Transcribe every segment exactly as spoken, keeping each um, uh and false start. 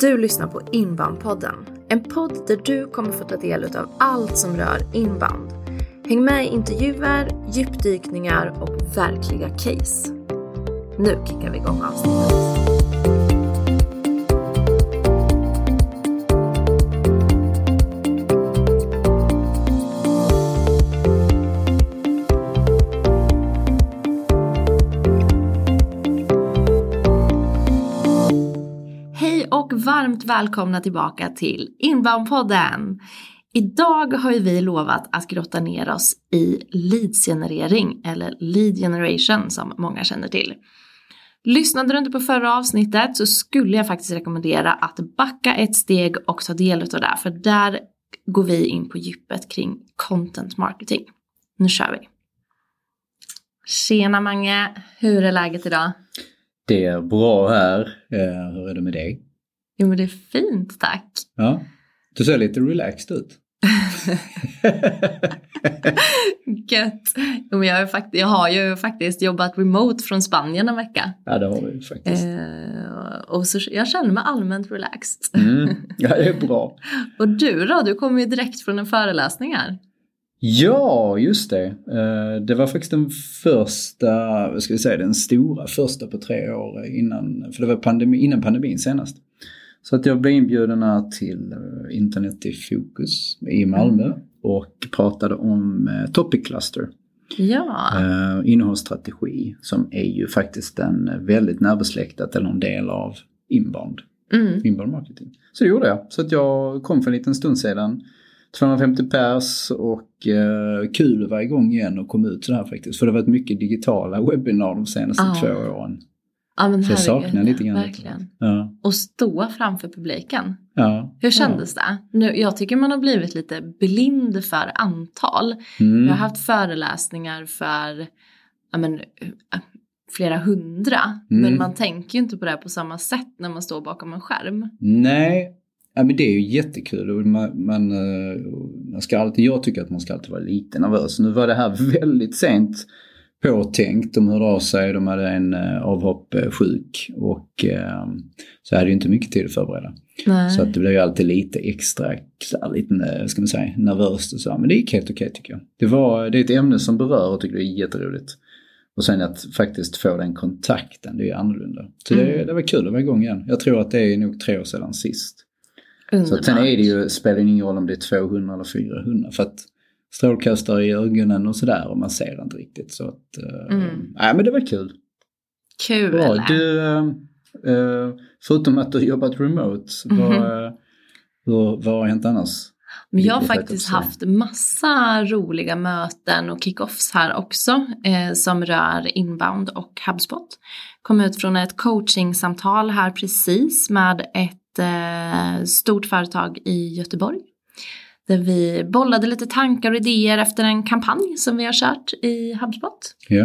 Du lyssnar på Inbound-podden. En podd där du kommer få ta del av allt som rör inbound. Häng med i intervjuer, djupdykningar och verkliga case. Nu kickar vi igång avsnittet. Och varmt välkomna tillbaka till Inbound-podden. Idag har vi lovat att grotta ner oss i leadsgenerering eller lead generation som många känner till. Lyssnade du inte på förra avsnittet så skulle jag faktiskt rekommendera att backa ett steg och ta del av det. För där går vi in på djupet kring content marketing. Nu kör vi. Tjena Mange, hur är läget idag? Det är bra här. Uh, hur är det med dig? Jo men det är fint, tack. Ja, du ser lite relaxed ut. Gött. Jo, men jag, är fakt- jag har ju faktiskt jobbat remote från Spanien en vecka. Ja, det har du faktiskt. Uh, och så jag känner mig allmänt relaxed. Mm. Ja, det är bra. Och du då? Du kommer ju direkt från en föreläsning här. Ja, just det. Uh, det var faktiskt den första, vad ska vi säga, den stora första på tre år innan, för det var pandemi, innan pandemin senast. Så att jag blev inbjuden till Internet i fokus i Malmö mm. och pratade om uh, Topic Cluster. Ja. Uh, innehållsstrategi som är ju faktiskt en väldigt närbesläktat eller en del av inbound. Mm. Inbound marketing. Så det gjorde jag. Så att jag kom för en liten stund sedan. tvåhundrafemtio pers och uh, kul att vara igång igen och komma ut så här faktiskt. För det har varit mycket digitala webbinar de senaste ah. två åren. Ja, men så jag saknar lite grann. Verkligen. Ja. Och stå framför publiken. Ja. Hur kändes ja. det? Nu, jag tycker man har blivit lite blind för antal. Mm. Jag har haft föreläsningar för ja, men, flera hundra. Mm. Men man tänker ju inte på det på samma sätt när man står bakom en skärm. Nej, ja, men det är ju jättekul. Och man, man, man ska alltid, jag tycker att man ska alltid vara lite nervös. Nu var det här väldigt sent påtänkt. De hörde av sig, de hade en uh, avhopp uh, sjuk och uh, så hade ju inte mycket tid att förbereda. Nej. Så att det blev ju alltid lite extra, så lite, ska man säga, nervöst och så. Men det gick helt okej tycker jag. Det, var, det är ett ämne som berör och tycker det är jätteroligt. Och sen att faktiskt få den kontakten, det är annorlunda. Så mm. det, det var kul att vara igång igen. Jag tror att det är nog tre år sedan sist. Underbart. Så att sen är det ju, spelar ingen roll om det är tvåhundra eller fyrahundra för att strålkastare i ögonen och sådär och man ser inte riktigt så att uh, mm. nej men det var kul. Kul. Bra. Du uh, uh, förutom att du har jobbat remote mm. vad, uh, vad, vad har hänt annars? Men jag har faktiskt haft massa roliga möten och kick-offs här också eh, som rör inbound och HubSpot. Kom ut från ett coachingsamtal här precis med ett eh, stort företag i Göteborg. Där vi bollade lite tankar och idéer efter en kampanj som vi har kört i HubSpot. Ja.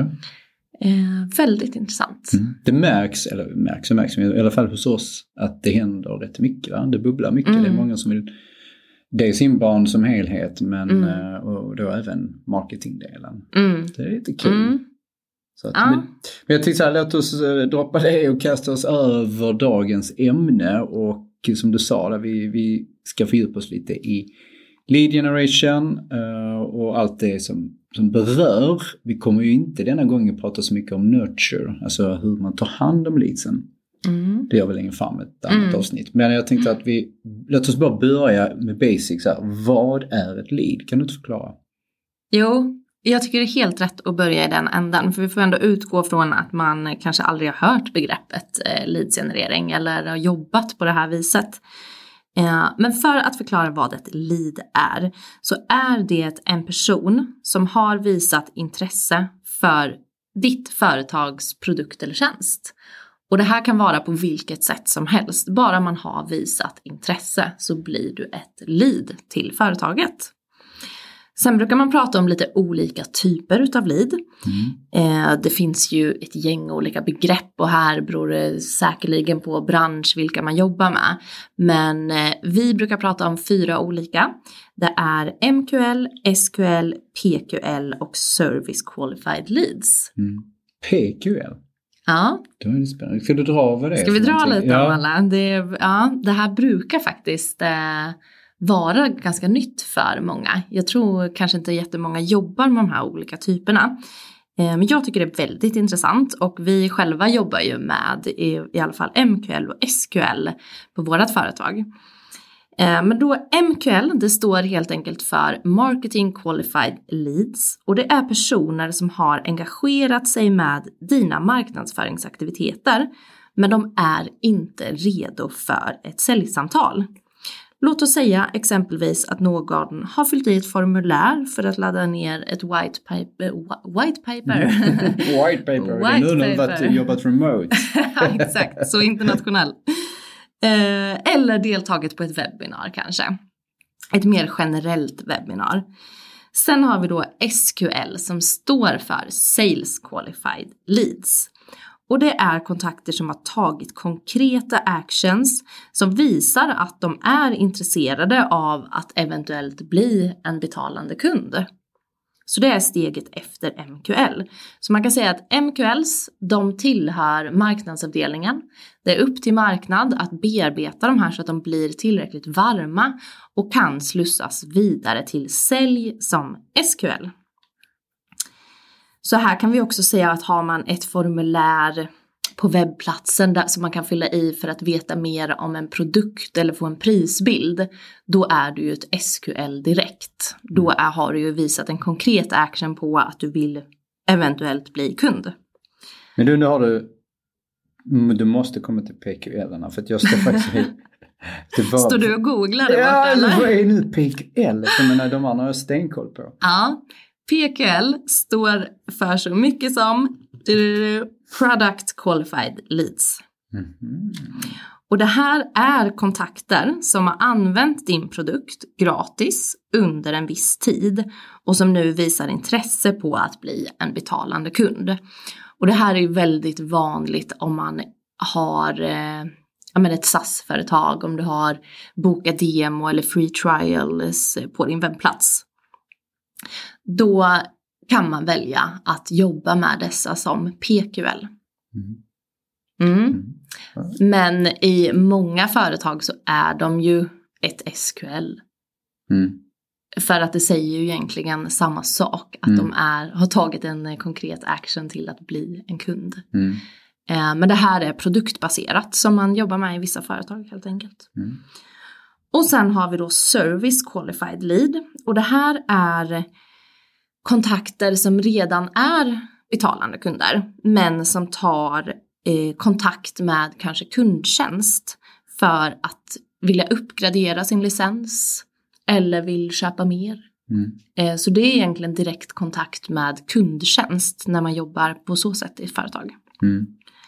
Eh, väldigt intressant. Mm. Det märks, eller märks och märks, i alla fall hos oss, att det händer rätt mycket. Va? Det bubblar mycket. Mm. Det är många som vill, dels inbound som helhet, men mm. och då även marketingdelen. Mm. Det är lite kul. Mm. Så att, ja. men, men jag tänkte så här, låt oss droppa det och kasta oss över dagens ämne. Och som du sa, där vi, vi ska fördjupa oss lite i lead generation uh, och allt det som, som berör. Vi kommer ju inte denna gången prata så mycket om nurture, alltså hur man tar hand om leadsen. Mm. Det gör väl längre fram ett annat mm. avsnitt. Men jag tänkte att vi, låt oss bara börja med basics här. Vad är ett lead? Kan du inte förklara? Jo, jag tycker det är helt rätt att börja i den ändan. För vi får ändå utgå från att man kanske aldrig har hört begreppet eh, leadgenerering eller har jobbat på det här viset. Men för att förklara vad ett lead är så är det en person som har visat intresse för ditt företags produkt eller tjänst. Och det här kan vara på vilket sätt som helst. Bara man har visat intresse så blir du ett lead till företaget. Sen brukar man prata om lite olika typer utav lead. Mm. Eh, det finns ju ett gäng olika begrepp och här beror det säkerligen på bransch vilka man jobbar med. Men eh, vi brukar prata om fyra olika. Det är M Q L, S Q L, P Q L och Service Qualified Leads. Mm. P Q L? Ja. Då är det spännande. Ska du dra vad det är? Ska vi dra någonting? lite ja. om alla? Det, ja, det här brukar faktiskt eh, vara ganska nytt för många. Jag tror kanske inte jättemånga jobbar med de här olika typerna. Eh, men jag tycker det är väldigt intressant. Och vi själva jobbar ju med i, i alla fall M Q L och S Q L på vårt företag. Men då M Q L, det står helt enkelt för Marketing Qualified Leads. Och det är personer som har engagerat sig med dina marknadsföringsaktiviteter. Men de är inte redo för ett säljsamtal. Låt oss säga exempelvis att någon har fyllt i ett formulär för att ladda ner ett white paper. White paper? white paper, white det är nu paper. Har jobbat remote. Exakt, så internationell. Eh, eller deltagit på ett webbinar kanske. Ett mer generellt webbinar. Sen har vi då S Q L som står för Sales Qualified Leads. Och det är kontakter som har tagit konkreta actions som visar att de är intresserade av att eventuellt bli en betalande kund. Så det är steget efter M Q L. Så man kan säga att M Q Ls, de tillhör marknadsavdelningen. Det är upp till marknad att bearbeta de här så att de blir tillräckligt varma och kan slussas vidare till sälj som S Q L. Så här kan vi också säga att har man ett formulär på webbplatsen där, som man kan fylla i för att veta mer om en produkt eller få en prisbild, då är du ju ett S Q L direkt. Då är, har du ju visat en konkret action på att du vill eventuellt bli kund. Men du, nu har du, du måste komma till P Q L-erna för att jag ska faktiskt... Var... Står du och googlar det ja, borta, eller? Vad är nu P Q L? Jag menar, de andra har jag stenkoll på. Ja, P Q L står för så mycket som Product Qualified Leads. Mm-hmm. Och det här är kontakter som har använt din produkt gratis under en viss tid och som nu visar intresse på att bli en betalande kund. Och det här är ju väldigt vanligt om man har eh, ja, men ett SaaS-företag, om du har bokat demo eller free trials på din webbplats. Då kan man välja att jobba med dessa som P Q L. Mm. Mm. Men i många företag så är de ju ett S Q L. Mm. För att det säger ju egentligen samma sak. Att mm. de är, har tagit en konkret action till att bli en kund. Mm. Eh, men det här är produktbaserat som man jobbar med i vissa företag helt enkelt. Mm. Och sen har vi då Service Qualified Lead. Och det här är kontakter som redan är betalande kunder. Men som tar eh, kontakt med kanske kundtjänst. För att vilja uppgradera sin licens. Eller vill köpa mer. Mm. Eh, så det är egentligen direkt kontakt med kundtjänst. När man jobbar på så sätt i ett företag. Mm.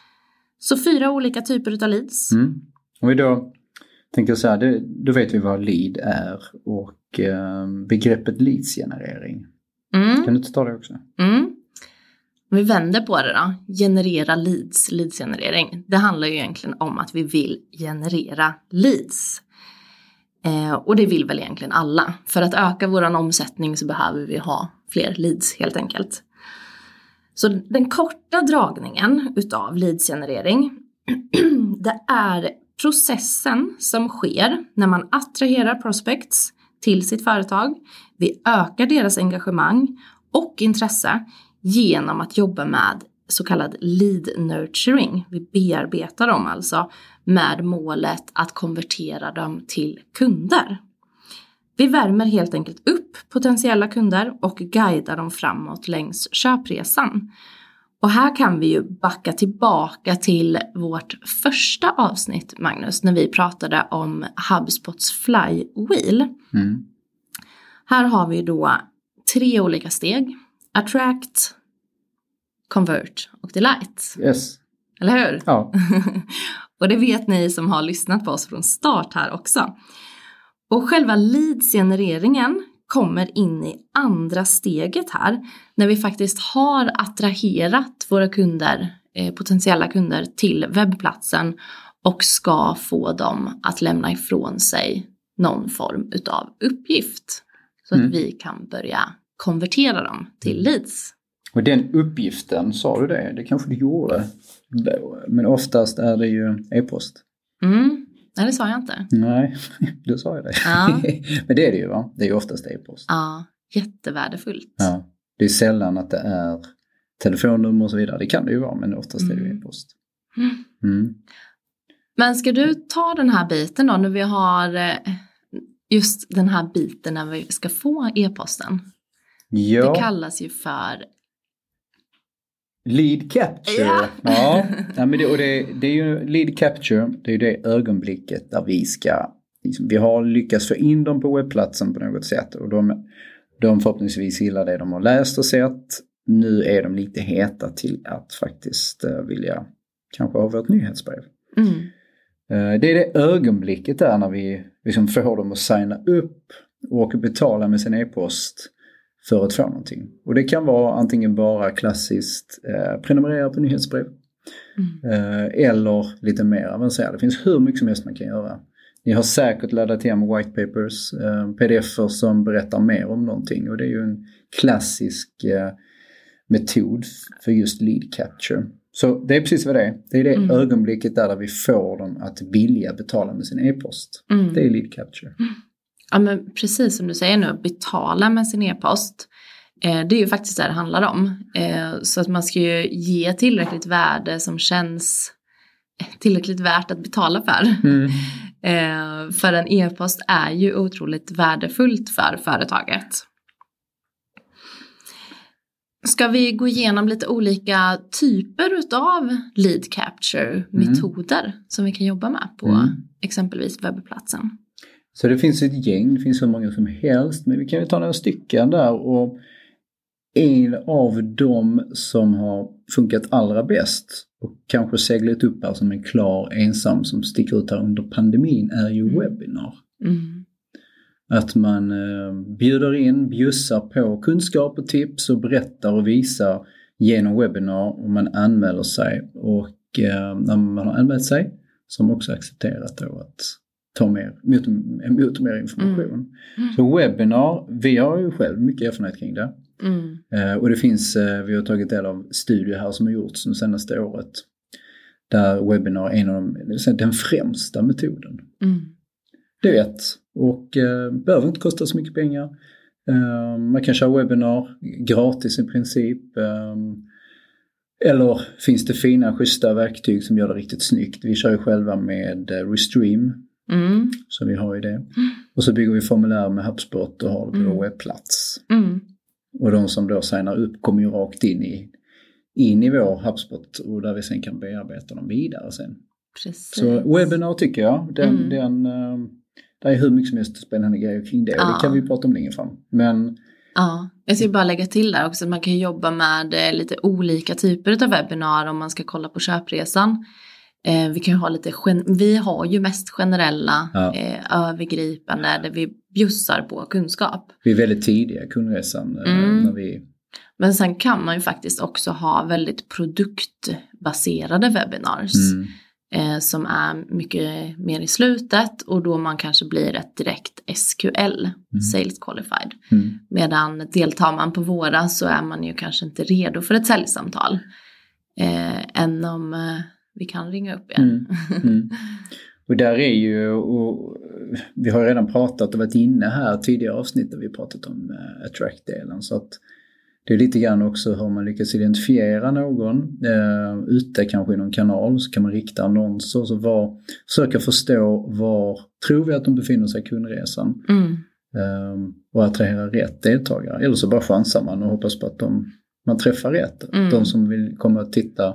Så fyra olika typer av leads. Mm. Och vi då tänker så här. Det, då vet vi vad lead är. Och eh, begreppet leadsgenerering. Mm. Kan du inte ta det också? Mm. Om vi vänder på det då. Generera leads. Leadsgenerering. Det handlar ju egentligen om att vi vill generera leads. Eh, och det vill väl egentligen alla. För att öka vår omsättning så behöver vi ha fler leads helt enkelt. Så den korta dragningen utav leadsgenerering. Det är processen som sker när man attraherar prospects till sitt företag. Vi ökar deras engagemang och intresse genom att jobba med så kallad lead nurturing. Vi bearbetar dem alltså med målet att konvertera dem till kunder. Vi värmer helt enkelt upp potentiella kunder och guidar dem framåt längs köpresan. Och här kan vi ju backa tillbaka till vårt första avsnitt, Magnus, när vi pratade om HubSpots flywheel. Mm. Här har vi då tre olika steg. Attract, Convert och Delight. Yes. Eller hur? Ja. Och det vet ni som har lyssnat på oss från start här också. Och själva leadsgenereringen kommer in i andra steget här. När vi faktiskt har attraherat våra kunder, eh, potentiella kunder till webbplatsen. Och ska få dem att lämna ifrån sig någon form utav uppgift. Så mm. att vi kan börja konvertera dem till leads. Och den uppgiften, sa du det? Det kanske du gjorde Men oftast är det ju e-post. Mm. Nej, det sa jag inte. Nej, då sa jag det. Ja. Men det är det ju, va? Det är ju oftast e-post. Ja, jättevärdefullt. Ja, det är sällan att det är telefonnummer och så vidare. Det kan det ju vara, men oftast mm. är det ju e-post. Mm. Men ska du ta den här biten då, när vi har just den här biten när vi ska få e-posten? Ja. Det kallas ju för lead capture. Ja. Ja, ja men det, och det, det är ju lead capture, det är ju det ögonblicket där vi ska, liksom, vi har lyckats få in dem på webbplatsen på något sätt och de, de förhoppningsvis gillar det de har läst och sett. Nu är de lite heta till att faktiskt uh, vilja kanske ha vårt nyhetsbrev. Mm. Uh, det är det ögonblicket där när vi liksom får dem att signa upp och betala med sin e-post för att få någonting. Och det kan vara antingen bara klassiskt eh, prenumerera på nyhetsbrev. Mm. Eh, eller lite mer avancerat. Det finns hur mycket som helst man kan göra. Ni har säkert laddat hem white papers, eh, pdf-er som berättar mer om någonting. Och det är ju en klassisk eh, metod för just lead capture. Så det är precis vad det är. Det är det mm. ögonblicket där, där vi får dem att vilja betala med sin e-post. Mm. Det är lead capture. Mm. Ja, men precis som du säger nu, betala med sin e-post. Eh, det är ju faktiskt det det handlar om. Eh, så att man ska ju ge tillräckligt värde som känns tillräckligt värt att betala för. Mm. Eh, för en e-post är ju otroligt värdefullt för företaget. Ska vi gå igenom lite olika typer av lead capture-metoder mm. som vi kan jobba med på mm. exempelvis webbplatsen? Så det finns ett gäng, det finns så många som helst, men vi kan ju ta några stycken där. Och en av dem som har funkat allra bäst och kanske seglat upp här som en klar ensam som sticker ut här under pandemin är ju mm. webbinar. Mm. Att man eh, bjuder in, bjussar på kunskap och tips och berättar och visar genom webbinar och man anmäler sig. Och eh, när man har anmält sig så har man också accepterat då att ta mer, emot, emot mer information. Mm. Mm. Så webbinar, vi har ju själv mycket erfarenhet kring det. Mm. Eh, och det finns, eh, vi har tagit del av studier här som har gjorts de senaste året. Där webbinar är en av de, den främsta metoden. Mm. Det är ett. Och eh, behöver inte kosta så mycket pengar. Eh, man kan köra webbinar gratis i princip. Eh, eller finns det fina, schyssta verktyg som gör det riktigt snyggt. Vi kör ju själva med eh, Restream. Mm. Så vi har ju det. Mm. Och så bygger vi formulär med HubSpot och har det på mm. webbplats. Mm. Och de som då signar upp kommer ju rakt in i, in i vår HubSpot och där vi sen kan bearbeta dem vidare sen. Precis. Så webbinar tycker jag, den, mm. den, det är hur mycket som helst spännande grejer kring det. Ja. Och det kan vi prata om längre fram. Men ja, jag ska bara lägga till där också att man kan jobba med lite olika typer av webbinar om man ska kolla på köpresan. Eh, vi kan ju ha lite, vi har ju mest generella, ja. eh, övergripande där vi bjussar på kunskap. Vi är väldigt tidiga i kundresan. Mm. När vi... Men sen kan man ju faktiskt också ha väldigt produktbaserade webinars. Mm. Eh, som är mycket mer i slutet och då man kanske blir ett direkt S Q L, mm. Sales Qualified. Mm. Medan deltar man på våra så är man ju kanske inte redo för ett säljsamtal. Eh, än om eh, vi kan ringa upp igen. Mm. Mm. Och där är ju, och vi har redan pratat och varit inne här tidigare avsnitt där vi pratat om uh, attract-delen. Så att det är lite grann också hur man lyckas identifiera någon uh, ute kanske i någon kanal, så kan man rikta annonser. Så var, försöka förstå var tror vi att de befinner sig i kundresan. Mm. Um, och attrahera rätt deltagare. Eller så bara chansar man och hoppas på att de, man träffar rätt. Mm. De som vill komma och titta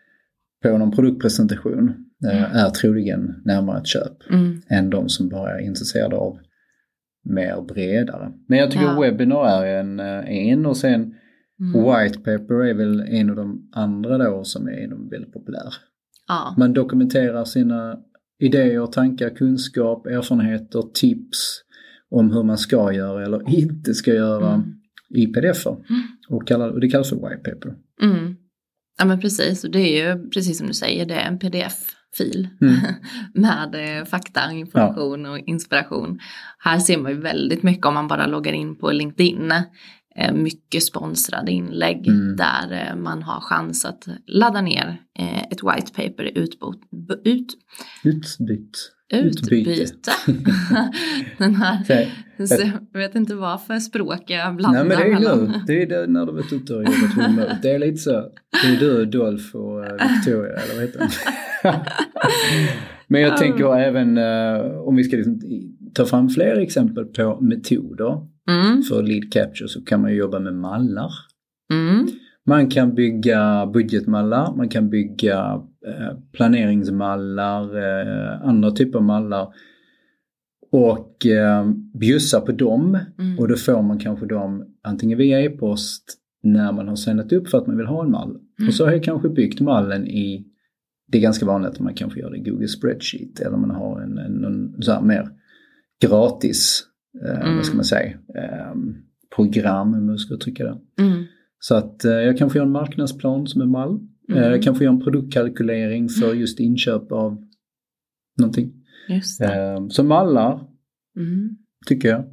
på någon produktpresentation mm. är troligen närmare ett köp mm. än de som bara är intresserade av mer bredare. Men jag tycker ja. Webinar är en, en och sen mm. white paper är väl en av de andra då som är väldigt populär. Ja. Man dokumenterar sina idéer, tankar, kunskap, erfarenheter, tips om hur man ska göra eller inte ska göra mm. i pdf-er. Mm. Och, kallar, och det kallas för white paper. Mm. Ja men precis, och det är ju precis som du säger, det är en pdf-fil mm. med eh, fakta, information ja. och inspiration. Här ser man ju väldigt mycket om man bara loggar in på LinkedIn. eh, mycket sponsrade inlägg mm. där eh, man har chans att ladda ner eh, ett white paper i utbot, ut, utbyt. Utbyte. Den här, så, jag vet inte varför språk jag blandar. Nej, men det är mellan. nu. Det är det när du varit ute och jobbat remote. Det är lite så. Det är du, Dolph och Victoria, eller vad heter det? Men jag tänker um. även uh, om vi ska liksom ta fram fler exempel på metoder mm. för lead capture, så kan man ju jobba med mallar. Mm. Man kan bygga budgetmallar, man kan bygga eh, planeringsmallar, eh, andra typer av mallar och eh, bjussa på dem mm. och då får man kanske dem antingen via e-post när man har signat upp för att man vill ha en mall. Mm. Och så har jag kanske byggt mallen i, det är ganska vanligt att man kanske gör det i Google Spreadsheet eller man har en, en, en så här mer gratis, eh, mm. vad ska man säga, eh, program, om man ska trycka det. Mm. Så att eh, jag kan få göra en marknadsplan som är mall. Mm. Eh, jag kan få göra en produktkalkylering för just inköp av någonting. Just det. Eh, så mallar mm. tycker jag.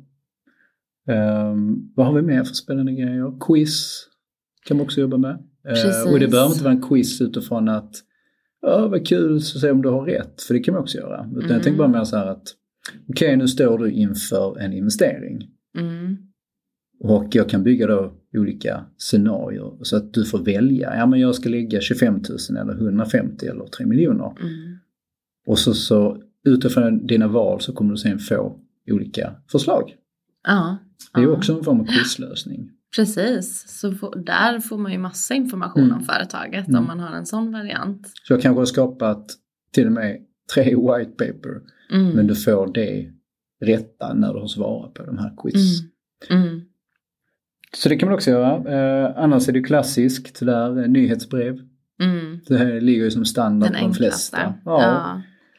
Eh, vad har vi mer för spännande grejer? Quiz kan man också jobba med. Eh, och det behöver inte vara en quiz utifrån att ja, vad kul så se om du har rätt. För det kan man också göra. Utan mm. jag tänker bara mer så här att okej, okay, nu står du inför en investering. Mm. Och jag kan bygga då olika scenarier så att du får välja. Ja, men jag ska lägga tjugofem tusen eller hundrafemtio eller tre miljoner. Mm. Och så, så utifrån dina val så kommer du sen få olika förslag. Ja. Det är ja. också en form av quizlösning. Precis, så får, där får man ju massa information mm. om företaget mm. om man har en sån variant. Så jag kanske har skapat till och med tre white paper. Mm. Men du får det rätta när du har svarat på de här quiz. Mm. Mm. Så det kan man också göra. Eh, annars är det klassiskt där, eh, nyhetsbrev. Mm. Det här ligger ju som standard den på de flesta. Ja. Ja.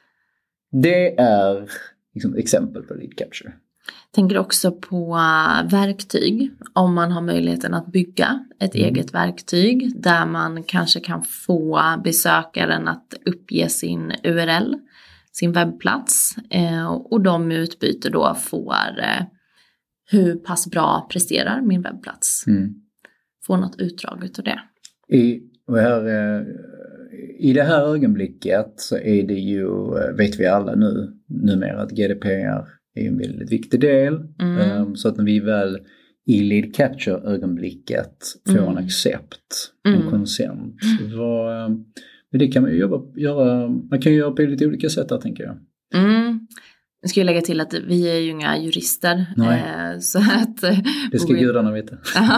Det är liksom exempel på lead capture. Tänker också på verktyg. Om man har möjligheten att bygga ett mm. eget verktyg där man kanske kan få besökaren att uppge sin U R L, sin webbplats. Eh, och de i utbyte då får eh, hur pass bra presterar min webbplats. Mm. Få något utdrag utav det. I, och här, eh, I det här ögonblicket så är det ju, vet vi alla nu, numera att G D P R är en väldigt viktig del. Mm. Um, så att när vi väl i lead capture-ögonblicket får mm. en accept, en mm. consent. Vad, um, men det kan man ju jobba, göra, man kan ju göra på lite olika sätt där, tänker jag. Mm. Jag ska ju lägga till att vi är ju inga jurister. Eh, så att, det ska vi... gudarna veta.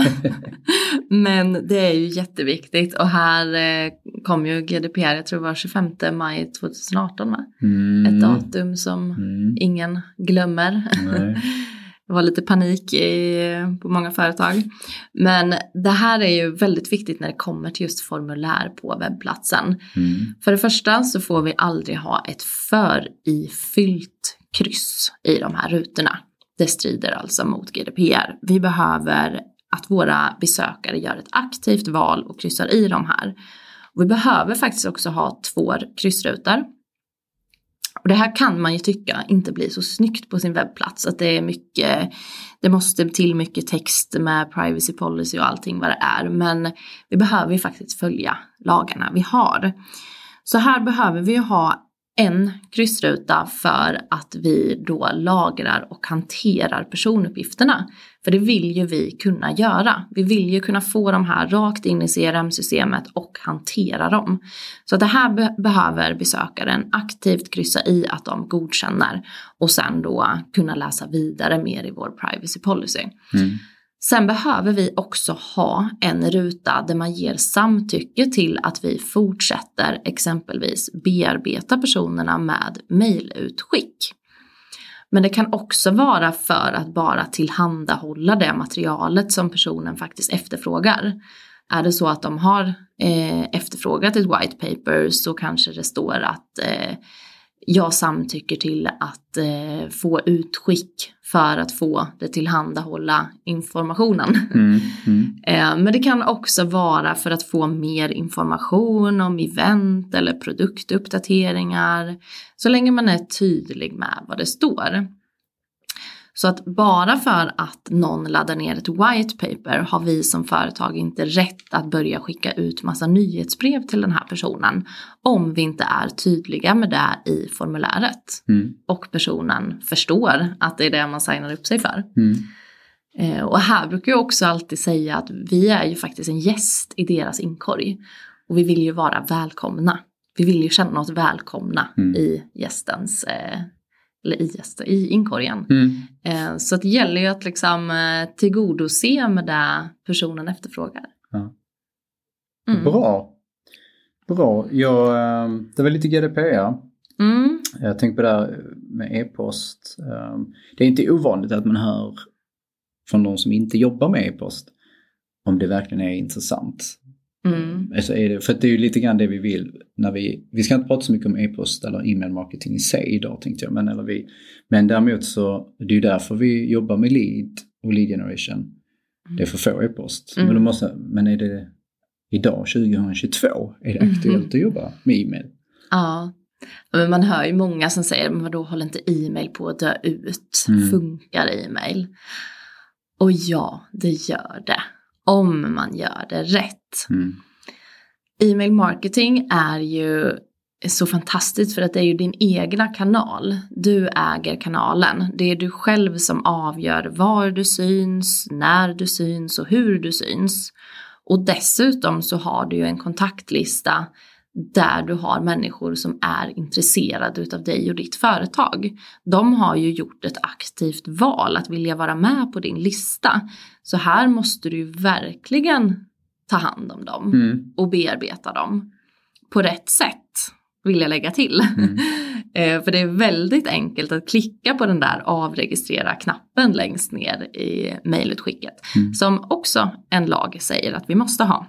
Men det är ju jätteviktigt. Och här eh, kom ju G D P R, jag tror det var tjugofemte maj tjugoarton. Va? Mm. Ett datum som mm. ingen glömmer. Nej. Det var lite panik i, på många företag. Men det här är ju väldigt viktigt när det kommer till just formulär på webbplatsen. Mm. För det första så får vi aldrig ha ett förifyllt kryss i de här rutorna. Det strider alltså mot G D P R. Vi behöver att våra besökare gör ett aktivt val och kryssar i de här. Och vi behöver faktiskt också ha två kryssrutor. Och det här kan man ju tycka inte blir så snyggt på sin webbplats. Att det är mycket, det måste till mycket text med privacy policy och allting vad det är. Men vi behöver ju faktiskt följa lagarna vi har. Så här behöver vi ha en kryssruta för att vi då lagrar och hanterar personuppgifterna. För det vill ju vi kunna göra. Vi vill ju kunna få de här rakt in i C R M-systemet och hantera dem. Så det här be- behöver besökaren aktivt kryssa i att de godkänner. Och sen då kunna läsa vidare mer i vår privacy policy. Mm. Sen behöver vi också ha en ruta där man ger samtycke till att vi fortsätter exempelvis bearbeta personerna med mejlutskick. Men det kan också vara för att bara tillhandahålla det materialet som personen faktiskt efterfrågar. Är det så att de har eh, efterfrågat ett white paper så kanske det står att eh, jag samtycker till att eh, få utskick för att få det tillhandahålla informationen. Mm, mm. eh, men det kan också vara för att få mer information om event eller produktuppdateringar. Så länge man är tydlig med vad det står. Så att bara för att någon laddar ner ett white paper har vi som företag inte rätt att börja skicka ut massa nyhetsbrev till den här personen. Om vi inte är tydliga med det i formuläret. Mm. Och personen förstår att det är det man signar upp sig för. Mm. Eh, och här brukar jag också alltid säga att vi är ju faktiskt en gäst i deras inkorg. Och vi vill ju vara välkomna. Vi vill ju känna oss välkomna mm. i gästens... Eh, eller i, gäster, i inkorgen. Mm. Eh, så det gäller ju att liksom eh, tillgodose med det personen efterfrågar. Ja. Mm. Bra. Bra. Jag, det var lite G D P R. Mm. Jag tänkte på det här med e-post. Det är inte ovanligt att man hör från de som inte jobbar med e-post om det verkligen är intressant. Mm. Alltså är det, för det är ju lite grann det vi vill när vi, vi ska inte prata så mycket om e-post eller e-mail marketing i sig idag tänkte jag, men, eller vi, men däremot så det är ju därför vi jobbar med lead och lead generation. Mm. Det är för få e-post. Mm. Men, då måste, men är det idag tjugohundratjugotvå är det aktuellt mm. att jobba med e-mail? Ja, men man hör ju många som säger men då håller inte e-mail på att dö ut? Mm. Funkar e-mail? Och ja, det gör det. Om man gör det rätt. Mm. E-mail marketing är ju så fantastiskt för att det är ju din egna kanal. Du äger kanalen. Det är du själv som avgör var du syns, när du syns och hur du syns. Och dessutom så har du ju en kontaktlista där du har människor som är intresserade utav dig och ditt företag. De har ju gjort ett aktivt val att vilja vara med på din lista. Så här måste du verkligen ta hand om dem mm. och bearbeta dem på rätt sätt, vill jag lägga till. Mm. För det är väldigt enkelt att klicka på den där avregistrera-knappen längst ner i mejlutskicket. Mm. Som också en lag säger att vi måste ha.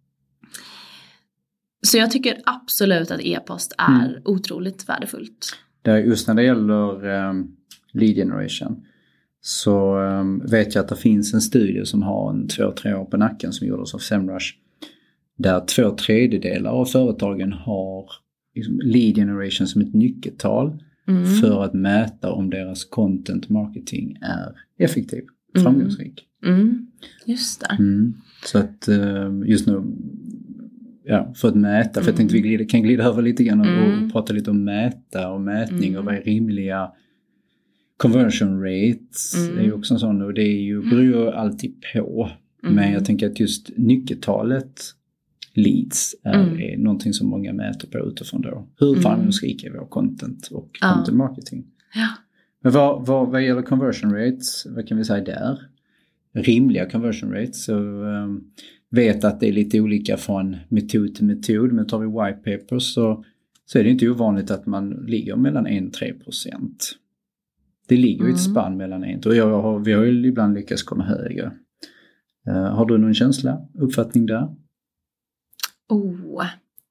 Så jag tycker absolut att e-post är mm. otroligt värdefullt. Det är just när det gäller um, lead generation så um, vet jag att det finns en studie som har en två, tre år på nacken som gjordes av Semrush. Där två tredjedelar av företagen har liksom, lead generation som ett nyckeltal mm. för att mäta om deras content marketing är effektiv, mm. framgångsrik. Mm. Just det. Mm. Så att um, just nu... Ja, för att mäta. För mm. jag tänkte vi glida, kan glida över lite grann och, mm. och prata lite om mäta och mätning mm. och vad är rimliga conversion rates. Mm. Det är ju också en sån och det är ju, beror ju alltid på. Mm. Men jag tänker att just nyckeltalet leads är, mm. är någonting som många mäter på utifrån då. Hur mm. framgångsrik är vår content och ja. content marketing. Ja. Men vad, vad, vad gäller conversion rates, vad kan vi säga där? Rimliga conversion rates så... Um, vet att det är lite olika från metod till metod. Men tar vi white papers så, så är det inte ovanligt att man ligger mellan en till tre procent. Det ligger mm. i ett spann mellan en och jag har, vi har ju ibland lyckats komma högre. Uh, har du någon känsla, uppfattning där? Oh.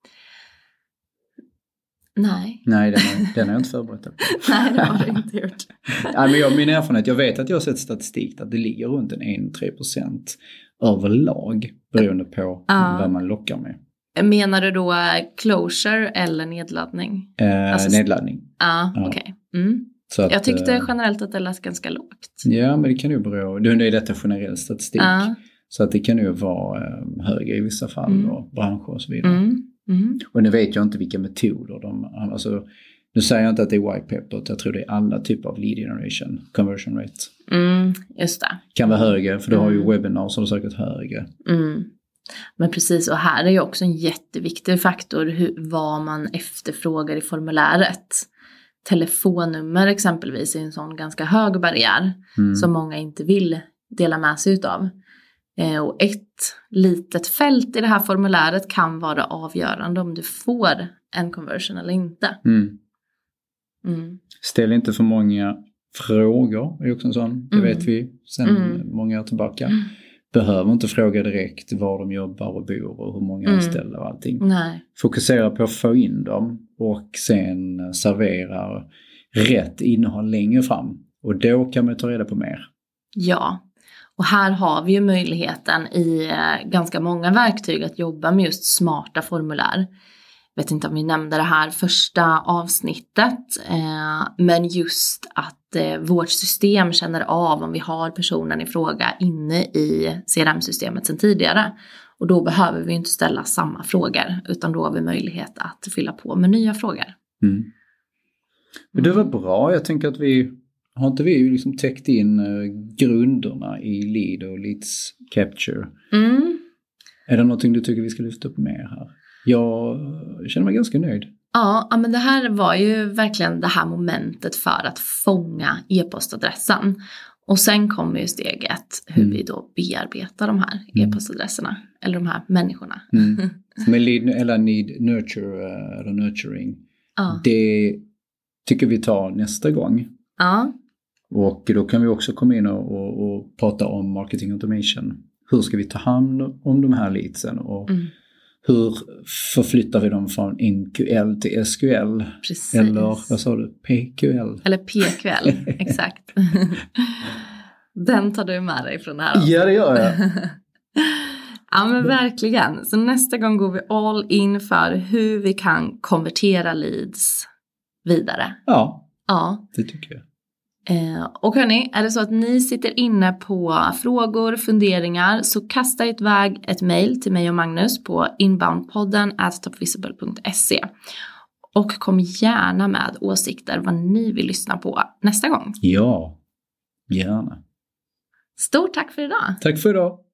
Nej. Nej, den har, den har jag inte förberett på. Nej, det har jag inte gjort. Ja, men jag, min erfarenhet, jag vet att jag har sett statistik att det ligger runt en en till tre procent överlag beroende på uh. vad man lockar med. Menar du då closure eller nedladdning? Eh, alltså, nedladdning. Ah, ja, okej. Okay. Mm. Jag tyckte äh, generellt att det lät ganska lågt. Ja, men det kan ju bero. Det är detta generell statistik. Uh. Så att det kan ju vara eh, högre i vissa fall mm. och branscher och så vidare. Mm. Mm. Och nu vet jag inte vilka metoder de... Alltså, nu säger jag inte att det är white paper. Jag tror det är alla typer av lead generation, conversion rate. Mm, just det. Kan vara högre, för du mm. har ju webbinar som är säkert högre. Mm. Men precis, och här är ju också en jätteviktig faktor hur, vad man efterfrågar i formuläret. Telefonnummer exempelvis är en sån ganska hög barriär mm. som många inte vill dela med sig utav. Eh, och ett litet fält i det här formuläret kan vara avgörande om du får en conversion eller inte. Mm. Mm. Ställ inte för många frågor är också en sån, det mm. vet vi sen mm. många år tillbaka. Mm. Behöver inte fråga direkt var de jobbar och bor och hur många mm. anställda och allting. Nej. Fokusera på att få in dem och sen servera rätt innehåll längre fram. Och då kan man ta reda på mer. Ja, och här har vi ju möjligheten i ganska många verktyg att jobba med just smarta formulär. vet inte om vi nämnde det här första avsnittet, eh, men just att eh, vårt system känner av om vi har personen i fråga inne i C R M-systemet sedan tidigare. Och då behöver vi inte ställa samma frågor, utan då har vi möjlighet att fylla på med nya frågor. Mm. Men det var bra, jag tänker att vi, har inte vi liksom täckt in uh, grunderna i lead och leads capture? Mm. Är det någonting du tycker vi ska lyfta upp mer här? Jag känner mig ganska nöjd. Ja, men det här var ju verkligen det här momentet för att fånga e-postadressen. Och sen kommer ju steget hur mm. vi då bearbetar de här mm. e-postadresserna. Eller de här människorna. Mm. Men lead, eller need nurture eller nurturing. Ja. Det tycker vi tar nästa gång. Ja. Och då kan vi också komma in och, och, och prata om marketing automation. Hur ska vi ta hand om de här leadsen? Och mm. hur förflyttar vi dem från N Q L till S Q L? Precis. Eller vad sa du? P Q L? Eller P Q L, exakt. Den tar du med dig från det här. Ja, det gör jag. Ja, men verkligen. Så nästa gång går vi all in för hur vi kan konvertera leads vidare. Ja, ja. Det tycker jag. Eh, och hörni, är det så att ni sitter inne på frågor, funderingar, så kasta ett väg ett mejl till mig och Magnus på inboundpodden at topvisible punkt se. Och kom gärna med åsikter vad ni vill lyssna på nästa gång. Ja, gärna. Stort tack för idag. Tack för idag.